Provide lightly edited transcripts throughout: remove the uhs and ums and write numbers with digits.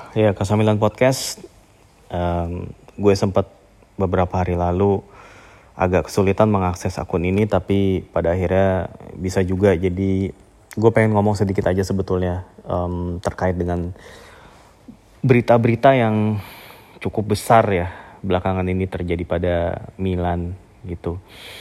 Ya, Kasamilan Podcast. Gue sempat beberapa hari lalu agak kesulitan mengakses akun ini, tapi pada akhirnya bisa juga. Jadi gue pengen ngomong sedikit aja sebetulnya terkait dengan berita-berita yang cukup besar ya belakangan ini terjadi pada Milan gitu.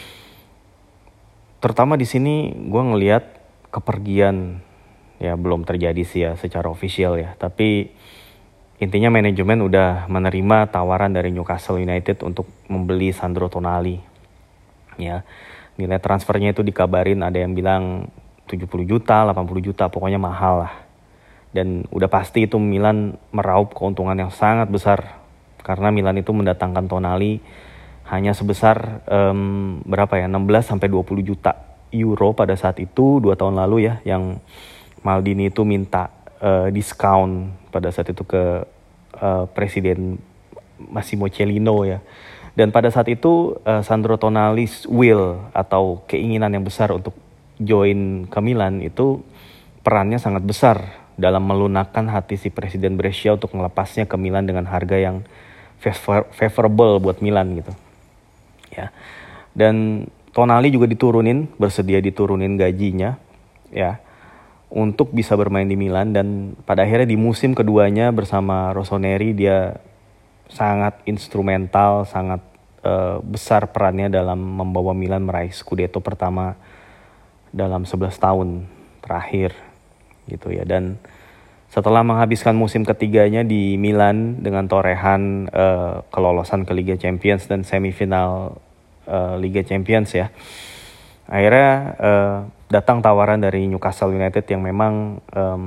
Terutama di sini gue ngelihat kepergian, ya belum terjadi sih ya secara official ya, tapi intinya manajemen udah menerima tawaran dari Newcastle United untuk membeli Sandro Tonali. Ya, nilai transfernya itu dikabarin ada yang bilang 70 juta, 80 juta, pokoknya mahal lah. Dan udah pasti itu Milan meraup keuntungan yang sangat besar karena Milan itu mendatangkan Tonali hanya sebesar 16 sampai 20 juta euro pada saat itu 2 tahun lalu ya, yang Maldini itu minta diskon pada saat itu ke Presiden Massimo Cellino ya. Dan pada saat itu Sandro Tonali's will atau keinginan yang besar untuk join ke Milan itu perannya sangat besar dalam melunakkan hati si Presiden Brescia untuk melepasnya ke Milan dengan harga yang favorable buat Milan gitu. Ya. Dan Tonali juga bersedia diturunin gajinya ya untuk bisa bermain di Milan, dan pada akhirnya di musim keduanya bersama Rossoneri dia sangat instrumental, sangat besar perannya dalam membawa Milan meraih Scudetto pertama dalam 11 tahun terakhir gitu ya. Dan setelah menghabiskan musim ketiganya di Milan dengan torehan kelolosan ke Liga Champions dan semifinal Liga Champions ya, akhirnya datang tawaran dari Newcastle United yang memang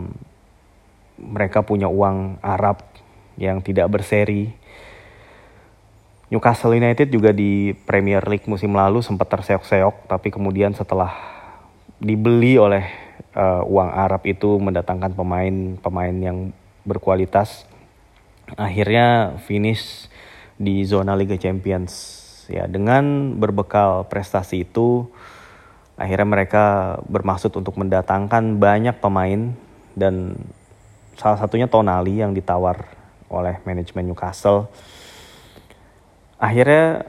mereka punya uang Arab yang tidak berseri. Newcastle United juga di Premier League musim lalu sempat terseok-seok, tapi kemudian setelah dibeli oleh uang Arab itu mendatangkan pemain yang berkualitas, akhirnya finish di zona Liga Champions. Ya, dengan berbekal prestasi itu akhirnya mereka bermaksud untuk mendatangkan banyak pemain, dan salah satunya Tonali yang ditawar oleh manajemen Newcastle. Akhirnya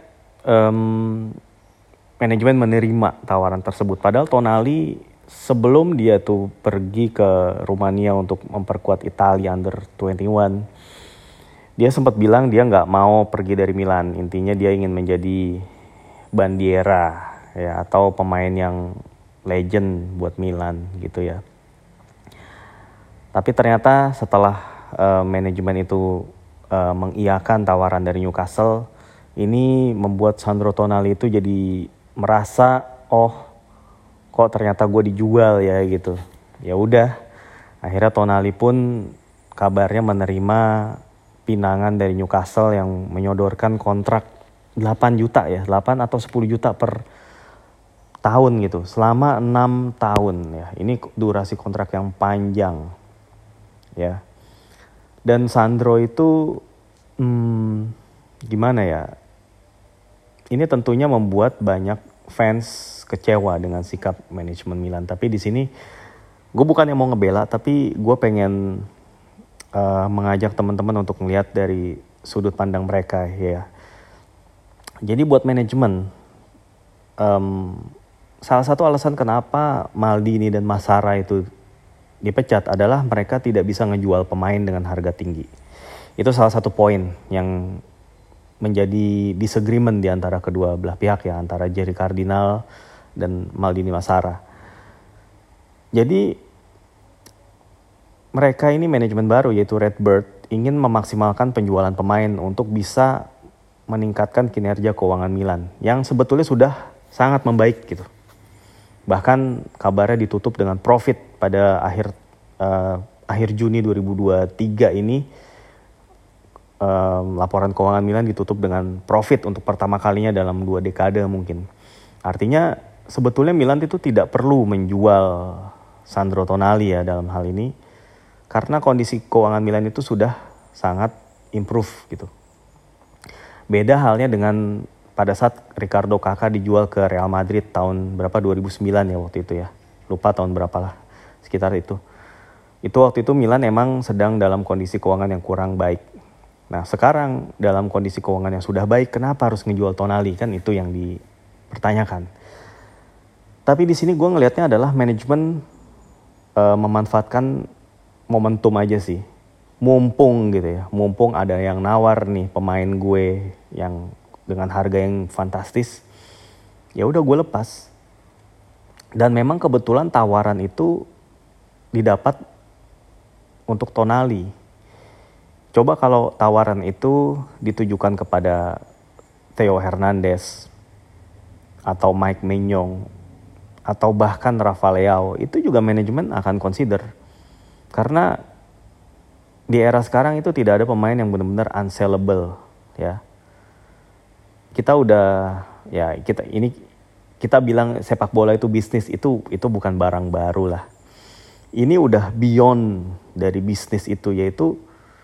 manajemen menerima tawaran tersebut. Padahal Tonali sebelum dia tuh pergi ke Rumania untuk memperkuat Italia Under 21, dia sempat bilang dia nggak mau pergi dari Milan. Intinya dia ingin menjadi bandiera ya, atau pemain yang legend buat Milan gitu ya. Tapi ternyata setelah manajemen itu mengiyakan tawaran dari Newcastle, ini membuat Sandro Tonali itu jadi merasa, oh kok ternyata gue dijual ya gitu. Ya udah, akhirnya Tonali pun kabarnya menerima pinangan dari Newcastle yang menyodorkan kontrak 8 juta ya, 8 atau 10 juta per tahun gitu, selama 6 tahun ya. Ini durasi kontrak yang panjang ya. Dan Sandro itu gimana ya, ini tentunya membuat banyak fans kecewa dengan sikap manajemen Milan. Tapi di sini gue bukan yang mau ngebela, tapi gue pengen mengajak teman-teman untuk melihat dari sudut pandang mereka ya. Jadi buat manajemen, salah satu alasan kenapa Maldini dan Massara itu dipecat adalah mereka tidak bisa ngejual pemain dengan harga tinggi. Itu salah satu poin yang menjadi disagreement di antara kedua belah pihak ya, antara Jerry Cardinal dan Maldini Massara. Jadi mereka ini manajemen baru yaitu Redbird ingin memaksimalkan penjualan pemain untuk bisa meningkatkan kinerja keuangan Milan yang sebetulnya sudah sangat membaik gitu. Bahkan kabarnya ditutup dengan profit pada akhir Juni 2023 ini. Laporan keuangan Milan ditutup dengan profit untuk pertama kalinya dalam 2 dekade mungkin. Artinya sebetulnya Milan itu tidak perlu menjual Sandro Tonali ya dalam hal ini, karena kondisi keuangan Milan itu sudah sangat improve gitu. Beda halnya dengan pada saat Ricardo Kakak dijual ke Real Madrid tahun berapa, 2009 ya waktu itu ya. Lupa tahun berapa lah, sekitar itu. Waktu itu Milan emang sedang dalam kondisi keuangan yang kurang baik. Nah sekarang dalam kondisi keuangan yang sudah baik, kenapa harus ngejual Tonali? Kan itu yang dipertanyakan. Tapi di sini gue ngelihatnya adalah manajemen memanfaatkan momentum aja sih. Mumpung gitu ya, mumpung ada yang nawar nih pemain gue yang dengan harga yang fantastis, ya udah gue lepas. Dan memang kebetulan tawaran itu didapat untuk Tonali. Coba kalau tawaran itu ditujukan kepada Theo Hernandez atau Mike Maignan atau bahkan Rafa Leao, itu juga manajemen akan consider. Karena di era sekarang itu tidak ada pemain yang benar-benar unsellable ya. Kita bilang sepak bola itu bisnis, itu bukan barang baru lah. Ini udah beyond dari bisnis itu, yaitu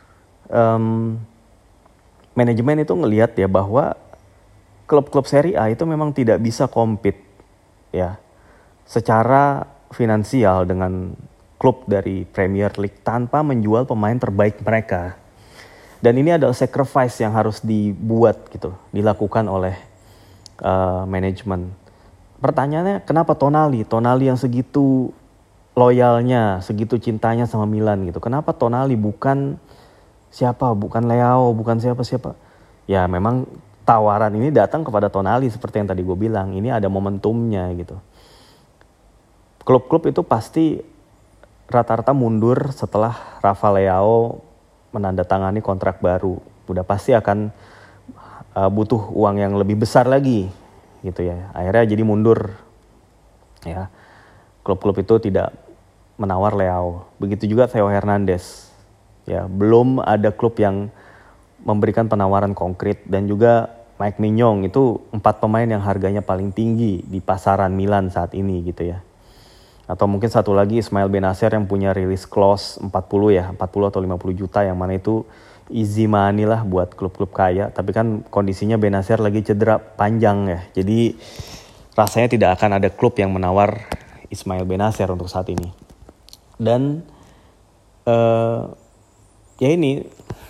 manajemen itu ngelihat ya bahwa klub-klub Serie A itu memang tidak bisa compete ya secara finansial dengan klub dari Premier League tanpa menjual pemain terbaik mereka. Dan ini adalah sacrifice yang harus dibuat gitu, dilakukan oleh manajemen. Pertanyaannya kenapa Tonali yang segitu loyalnya, segitu cintanya sama Milan gitu. Kenapa Tonali bukan Leao, bukan siapa-siapa. Ya memang tawaran ini datang kepada Tonali seperti yang tadi gue bilang. Ini ada momentumnya gitu. Klub-klub itu pasti rata-rata mundur setelah Rafa Leao menandatangani kontrak baru. Udah pasti akan butuh uang yang lebih besar lagi gitu ya. Akhirnya jadi mundur ya. Klub-klub itu tidak menawar Leao. Begitu juga Theo Hernandez. Ya, belum ada klub yang memberikan penawaran konkret. Dan juga Mike Maignan itu 4 pemain yang harganya paling tinggi di pasaran Milan saat ini gitu ya. Atau mungkin satu lagi Ismail Benacer yang punya release clause 40 atau 50 juta, yang mana itu easy money lah buat klub-klub kaya. Tapi kan kondisinya Benacer lagi cedera panjang ya. Jadi rasanya tidak akan ada klub yang menawar Ismail Benacer untuk saat ini. Dan ya ini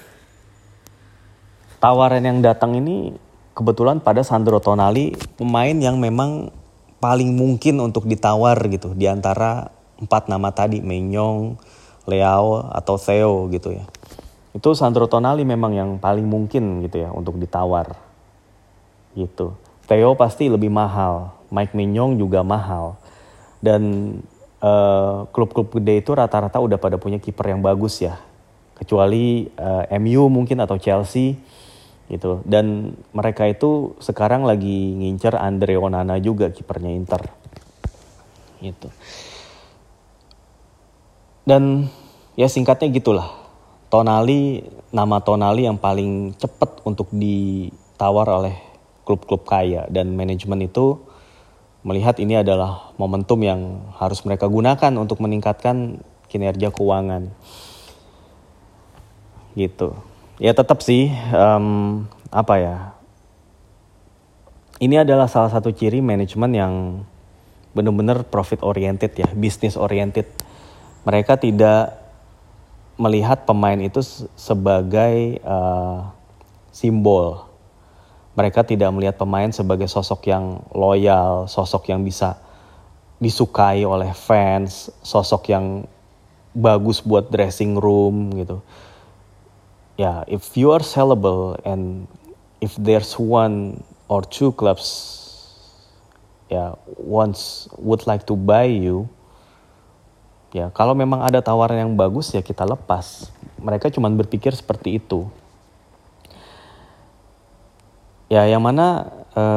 tawaran yang datang ini kebetulan pada Sandro Tonali, pemain yang memang paling mungkin untuk ditawar gitu di antara 4 nama tadi, Maignan, Leao atau Theo gitu ya. Itu Sandro Tonali memang yang paling mungkin gitu ya untuk ditawar gitu. Theo pasti lebih mahal, Mike Maignan juga mahal. Dan klub-klub gede itu rata-rata udah pada punya kiper yang bagus ya. Kecuali MU mungkin atau Chelsea gitu. Dan mereka itu sekarang lagi ngincer Andre Onana juga, kipernya Inter gitu. Dan ya singkatnya gitulah. Nama Tonali yang paling cepat untuk ditawar oleh klub-klub kaya, dan manajemen itu melihat ini adalah momentum yang harus mereka gunakan untuk meningkatkan kinerja keuangan gitu. Ya tetap sih ini adalah salah satu ciri manajemen yang benar-benar profit oriented ya, business oriented. Mereka tidak melihat pemain itu sebagai simbol. Mereka tidak melihat pemain sebagai sosok yang loyal, sosok yang bisa disukai oleh fans, sosok yang bagus buat dressing room gitu. Ya, if you are sellable and if there's 1 or 2 clubs would like to buy you, ya kalau memang ada tawaran yang bagus ya kita lepas. Mereka cuma berpikir seperti itu. Ya, yang mana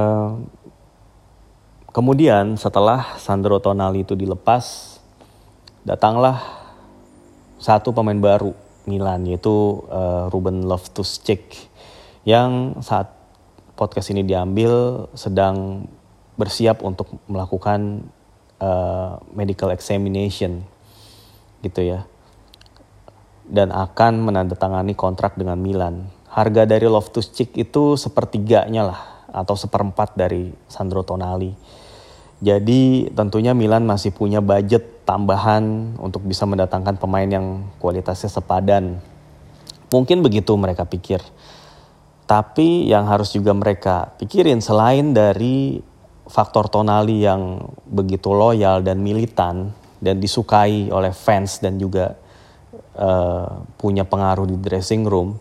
kemudian setelah Sandro Tonali itu dilepas, datanglah satu pemain baru Milan, yaitu Ruben Loftus-Cheek, yang saat podcast ini diambil sedang bersiap untuk melakukan medical examination gitu ya, dan akan menandatangani kontrak dengan Milan. Harga dari Loftus-Cheek itu 1/3 lah atau 1/4 dari Sandro Tonali Jadi tentunya Milan masih punya budget tambahan untuk bisa mendatangkan pemain yang kualitasnya sepadan. Mungkin begitu mereka pikir. Tapi yang harus juga mereka pikirin selain dari faktor Tonali yang begitu loyal dan militan dan disukai oleh fans dan juga punya pengaruh di dressing room.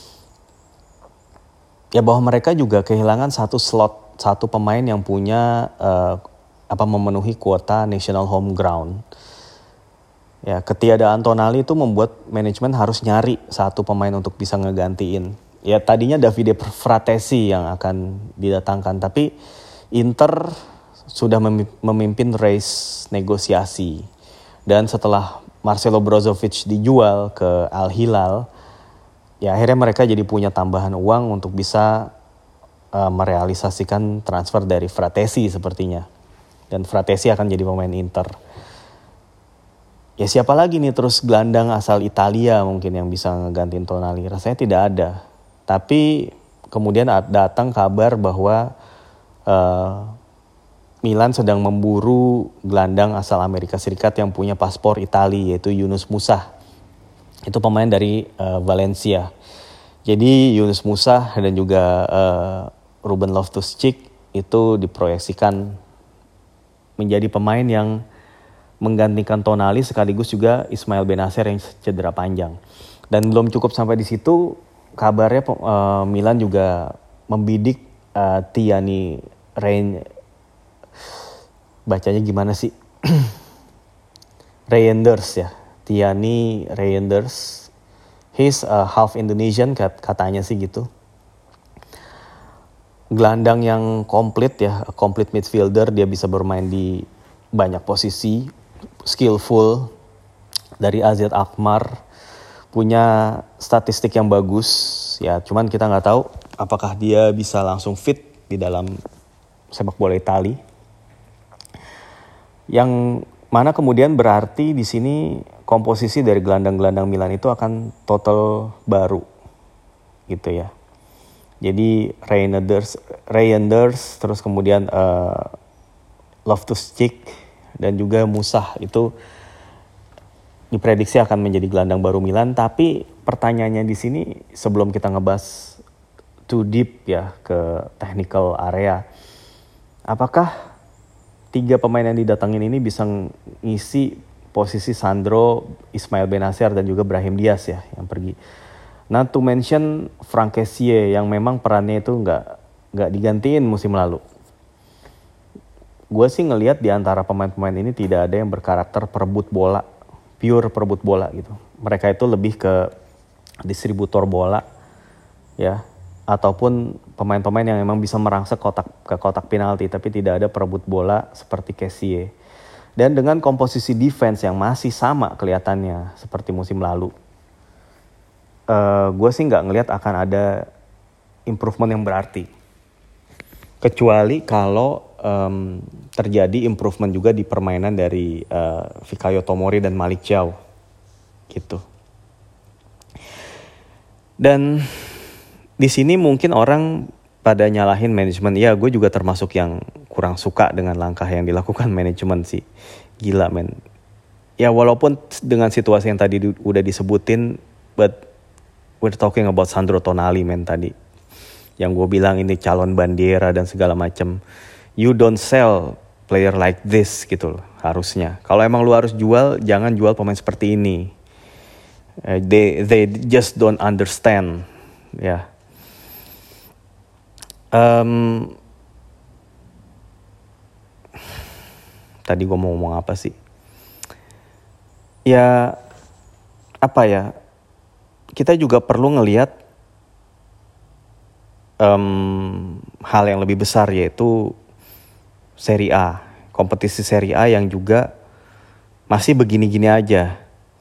Ya bahwa mereka juga kehilangan satu pemain yang punya memenuhi kuota national home ground. Ya, ketiadaan Tonali itu membuat manajemen harus nyari satu pemain untuk bisa ngegantiin. Ya tadinya Davide Fratesi yang akan didatangkan, tapi Inter sudah memimpin race negosiasi. Dan setelah Marcelo Brozovic dijual ke Al Hilal, ya akhirnya mereka jadi punya tambahan uang untuk bisa merealisasikan transfer dari Fratesi sepertinya. Dan Fratesi akan jadi pemain Inter. Ya siapa lagi nih terus gelandang asal Italia mungkin yang bisa ngegantiin Tonali? Rasanya tidak ada. Tapi kemudian datang kabar bahwa Milan sedang memburu gelandang asal Amerika Serikat yang punya paspor Italia, yaitu Yunus Musah. Itu pemain dari Valencia. Jadi Yunus Musah dan juga Ruben Loftus-Cheek itu diproyeksikan menjadi pemain yang menggantikan Tonali sekaligus juga Ismail Benacer yang cedera panjang. Dan belum cukup sampai di situ, kabarnya Milan juga membidik Tiani bacanya gimana sih? Reinders ya. Tiani Reinders. He's half Indonesian katanya sih gitu. Gelandang yang komplit ya, complete midfielder, dia bisa bermain di banyak posisi, skillful, dari AZ Alkmaar, punya statistik yang bagus, ya cuman kita nggak tahu apakah dia bisa langsung fit di dalam sepak bola Italia. Yang mana kemudian berarti di sini komposisi dari gelandang-gelandang Milan itu akan total baru, gitu ya. Jadi Reinders, terus kemudian Loftus-Cheek dan juga Musah itu diprediksi akan menjadi gelandang baru Milan. Tapi pertanyaannya di sini sebelum kita ngebahas too deep ya ke technical area, apakah 3 pemain yang didatangin ini bisa ngisi posisi Sandro, Ismail Benacer dan juga Brahim Diaz ya yang pergi. Not to mention Franck Kessié yang memang perannya itu nggak digantiin musim lalu. Gue sih ngelihat di antara pemain-pemain ini tidak ada yang berkarakter perebut bola, pure perebut bola gitu. Mereka itu lebih ke distributor bola, ya, ataupun pemain-pemain yang memang bisa merangsek ke kotak penalti, tapi tidak ada perebut bola seperti Kessié. Dan dengan komposisi defense yang masih sama kelihatannya seperti musim lalu, gue sih nggak ngelihat akan ada improvement yang berarti. Kecuali kalau terjadi improvement juga di permainan dari Fikayo Tomori dan Malik Thiaw gitu. Dan di sini mungkin orang pada nyalahin manajemen. Ya gue juga termasuk yang kurang suka dengan langkah yang dilakukan manajemen sih. Gila men. Ya walaupun dengan situasi yang tadi udah disebutin, but we're talking about Sandro Tonali men tadi. Yang gue bilang ini calon bandiera dan segala macam. You don't sell player like this gitu loh harusnya. Kalau emang lu harus jual, jangan jual pemain seperti ini. They just don't understand. Ya. Tadi gue mau ngomong apa sih? Ya apa ya? Kita juga perlu ngelihat hal yang lebih besar, yaitu Serie A, kompetisi Serie A yang juga masih begini-gini aja.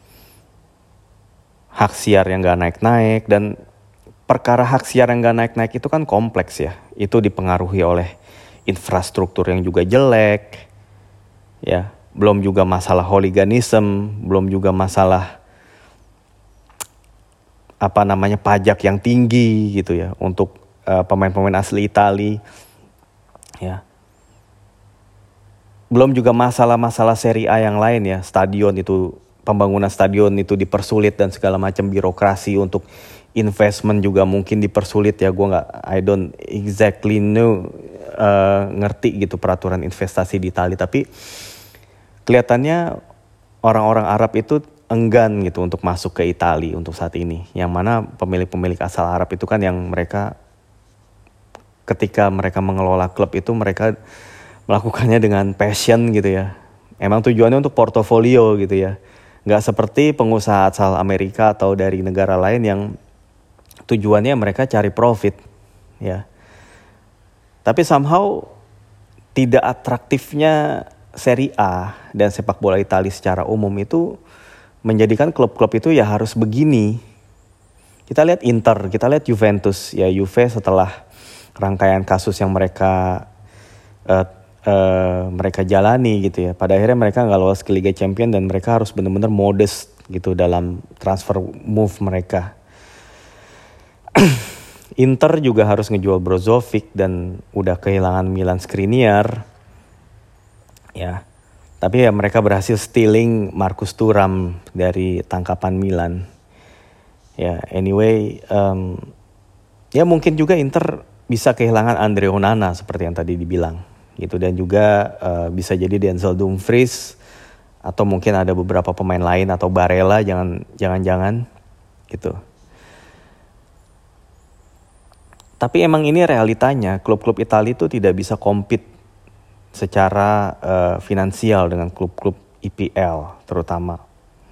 Hak siar yang gak naik-naik, dan perkara hak siar yang gak naik-naik itu kan kompleks ya. Itu dipengaruhi oleh infrastruktur yang juga jelek, ya. Belum juga masalah hooliganism, belum juga masalah pajak yang tinggi gitu ya untuk pemain-pemain asli Itali, ya. Belum juga masalah-masalah Serie A yang lain ya, stadion itu, pembangunan stadion itu dipersulit dan segala macam, birokrasi untuk investment juga mungkin dipersulit ya. I don't exactly know, ngerti gitu peraturan investasi di Italia, tapi kelihatannya orang-orang Arab itu enggan gitu untuk masuk ke Italia untuk saat ini. Yang mana pemilik-pemilik asal Arab itu kan yang mereka ketika mereka mengelola klub itu mereka melakukannya dengan passion gitu ya. Emang tujuannya untuk portofolio gitu ya. Nggak seperti pengusaha asal Amerika atau dari negara lain yang tujuannya mereka cari profit ya. Tapi somehow tidak atraktifnya Serie A dan sepak bola Italia secara umum itu menjadikan klub-klub itu ya harus begini. Kita lihat Inter, kita lihat Juventus. Ya Juve setelah rangkaian kasus yang mereka jalani gitu ya. Pada akhirnya mereka nggak lolos ke Liga Champions dan mereka harus benar-benar modest gitu dalam transfer move mereka. Inter juga harus ngejual Brozovic dan udah kehilangan Milan Skriniar. Ya. Tapi ya mereka berhasil stealing Marcus Thuram dari tangkapan Milan. Ya anyway, ya mungkin juga Inter bisa kehilangan Andre Onana seperti yang tadi dibilang gitu, dan juga bisa jadi Denzel Dumfries atau mungkin ada beberapa pemain lain atau Barella, jangan-jangan gitu. Tapi emang ini realitanya, klub-klub Italia itu tidak bisa compete secara finansial dengan klub-klub IPL terutama.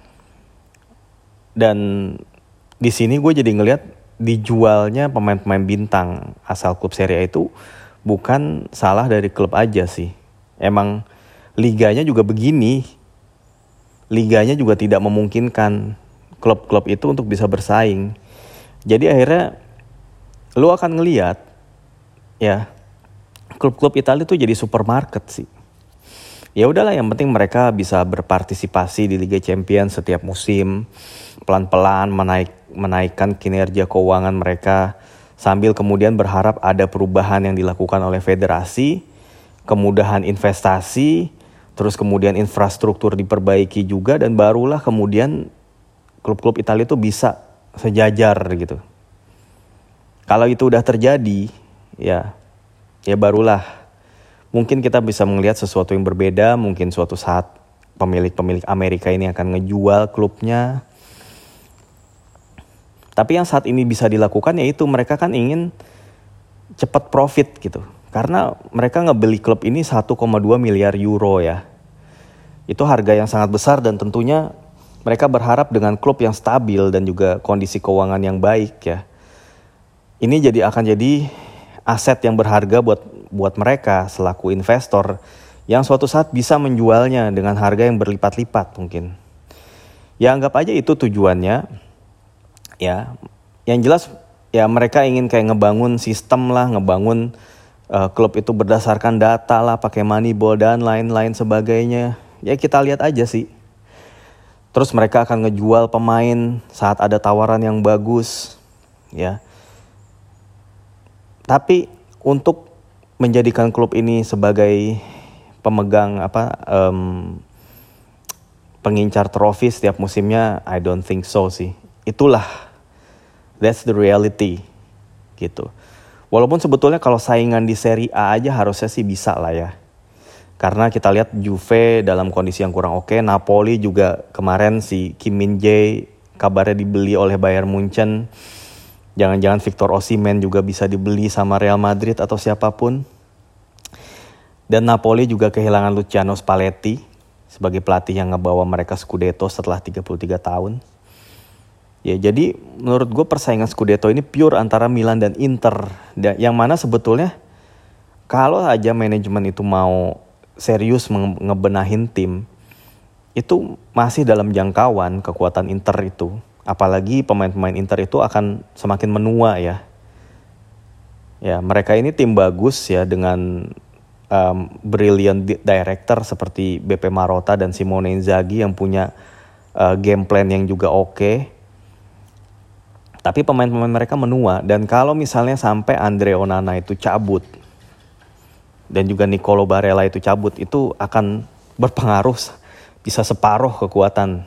Dan di sini gue jadi ngelihat dijualnya pemain-pemain bintang asal klub Serie A itu bukan salah dari klub aja sih. Emang liganya juga begini. Liganya juga tidak memungkinkan klub-klub itu untuk bisa bersaing. Jadi akhirnya lu akan ngelihat ya, klub-klub Italia itu jadi supermarket sih. Ya udahlah, yang penting mereka bisa berpartisipasi di Liga Champions setiap musim, pelan-pelan menaikkan kinerja keuangan mereka, sambil kemudian berharap ada perubahan yang dilakukan oleh federasi, kemudahan investasi, terus kemudian infrastruktur diperbaiki juga, dan barulah kemudian klub-klub Italia itu bisa sejajar gitu. Kalau itu udah terjadi, ya barulah mungkin kita bisa melihat sesuatu yang berbeda. Mungkin suatu saat pemilik Amerika ini akan ngejual klubnya. Tapi yang saat ini bisa dilakukan yaitu mereka kan ingin cepat profit gitu. Karena mereka ngebeli klub ini 1,2 miliar euro ya. Itu harga yang sangat besar, dan tentunya mereka berharap dengan klub yang stabil dan juga kondisi keuangan yang baik ya. Ini akan jadi aset yang berharga buat mereka selaku investor yang suatu saat bisa menjualnya dengan harga yang berlipat-lipat mungkin. Ya anggap aja itu tujuannya. Ya, yang jelas ya mereka ingin kayak ngebangun sistem lah, ngebangun klub itu berdasarkan data lah, pakai Moneyball dan lain-lain sebagainya. Ya kita lihat aja sih. Terus mereka akan ngejual pemain saat ada tawaran yang bagus, ya. Tapi untuk menjadikan klub ini sebagai pemegang pengincar trofi setiap musimnya, I don't think so sih. That's the reality gitu. Walaupun sebetulnya kalau saingan di Serie A aja harusnya sih bisa lah ya. Karena kita lihat Juve dalam kondisi yang kurang oke. Napoli juga kemarin si Kim Min-jae kabarnya dibeli oleh Bayern Munchen. Jangan-jangan Victor Osimhen juga bisa dibeli sama Real Madrid atau siapapun. Dan Napoli juga kehilangan Luciano Spalletti sebagai pelatih yang ngebawa mereka Scudetto setelah 33 tahun. Ya jadi menurut gue persaingan Scudetto ini pure antara Milan dan Inter. Yang mana sebetulnya kalau aja manajemen itu mau serius ngebenahin tim, itu masih dalam jangkauan kekuatan Inter itu. Apalagi pemain-pemain Inter itu akan semakin menua ya. Ya mereka ini tim bagus ya, dengan brilliant director seperti BP Marotta dan Simone Inzaghi yang punya game plan yang juga oke. Tapi pemain-pemain mereka menua, dan kalau misalnya sampai Andre Onana itu cabut, dan juga Nicolo Barella itu cabut, itu akan berpengaruh bisa separuh kekuatan.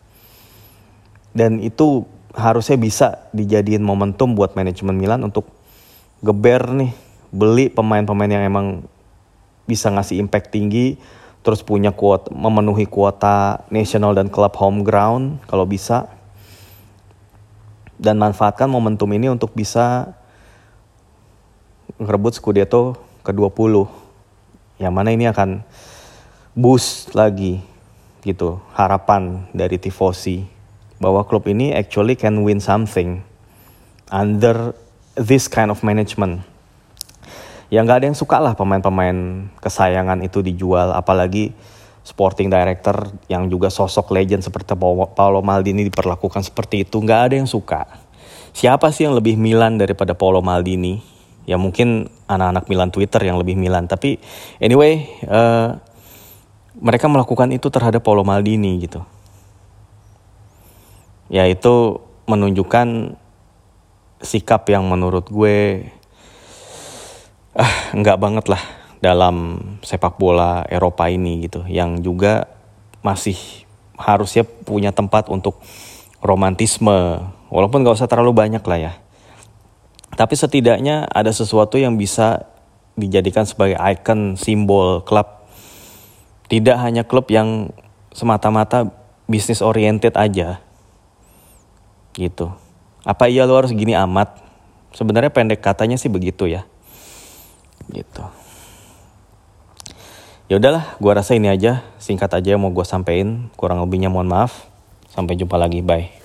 Dan itu harusnya bisa dijadiin momentum buat manajemen Milan untuk geber nih, beli pemain-pemain yang emang bisa ngasih impact tinggi, terus punya kuota, memenuhi kuota national dan club home ground kalau bisa. Dan manfaatkan momentum ini untuk bisa ngerebut Scudetto ke-20. Yang mana ini akan boost lagi gitu harapan dari tifosi bahwa klub ini actually can win something under this kind of management. Ya nggak ada yang suka lah pemain-pemain kesayangan itu dijual, apalagi sporting director yang juga sosok legend seperti Paolo Maldini diperlakukan seperti itu. Nggak ada yang suka. Siapa sih yang lebih Milan daripada Paolo Maldini? Ya mungkin anak-anak Milan Twitter yang lebih Milan. Tapi anyway, mereka melakukan itu terhadap Paolo Maldini gitu. Ya itu menunjukkan sikap yang menurut gue enggak banget lah dalam sepak bola Eropa ini gitu, yang juga masih harusnya punya tempat untuk romantisme, walaupun gak usah terlalu banyak lah ya, tapi setidaknya ada sesuatu yang bisa dijadikan sebagai ikon simbol klub, tidak hanya klub yang semata-mata bisnis oriented aja gitu. Apa iya lo harus gini amat? Sebenarnya pendek katanya sih begitu ya. Gitu. Ya udahlah, gua rasa ini aja, singkat aja yang mau gua sampein. Kurang lebihnya mohon maaf. Sampai jumpa lagi, bye.